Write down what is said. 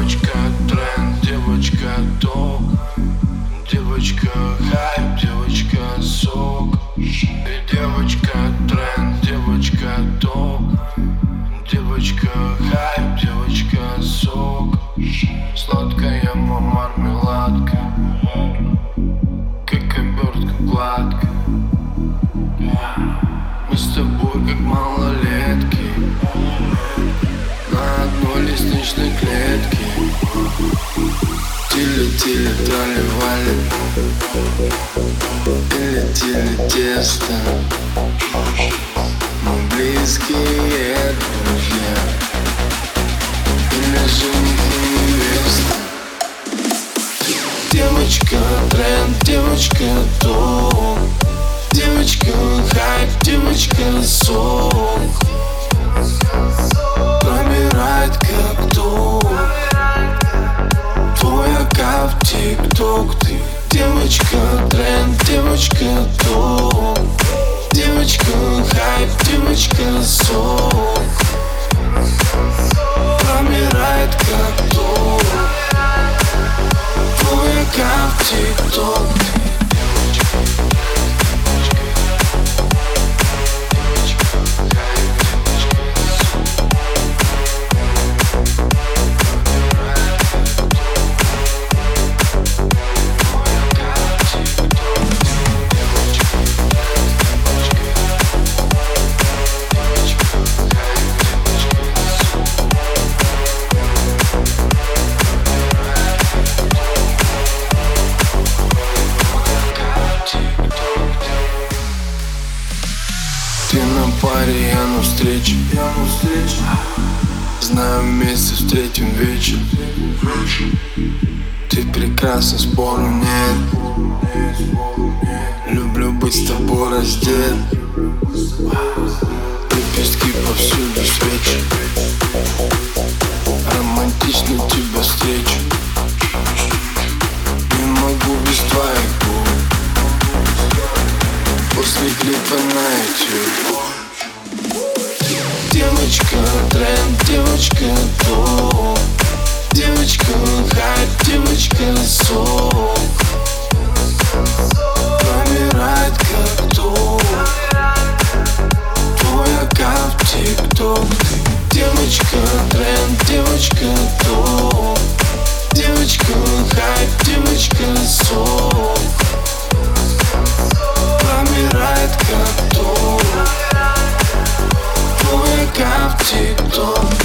Девочка тренд, девочка топ, девочка хайп, девочка сок. И девочка тренд, девочка топ, девочка хайп, девочка сок. Сладкая мармеладка, как обертка гладко. Мы с тобой как малолетки на одной лестничной клетке. Тили-тили, трали-вали, тили-тили, тесто. Мы близкие друзья, или жених и невеста. Девочка тренд, девочка топ, девочка хайп, девочка сок. Пробирает как ток, твой аккаунт в ТикТок. Ты девочка тренд, девочка топ, девочка хайп, девочка сок. Пробирает как ток, твой аккаунт в ТикТок. Ты на паре, я на встрече. Знаю, вместе встретим вечер. Ты прекрасна, спору нет. Люблю быть с тобой раздет. Лепестки повсюду свечи. Романтично тебя встречу. Не могу без твоих губ. После клипа на YouTube. Девочка тренд, девочка топ, девочка хайп, девочка сок. Пробирает как ток, твой аккаунт в ТикТок. Девочка тренд, девочка топ, девочка хайп, девочка сок. Пробирает как ток, твой аккаунт в ТикТок.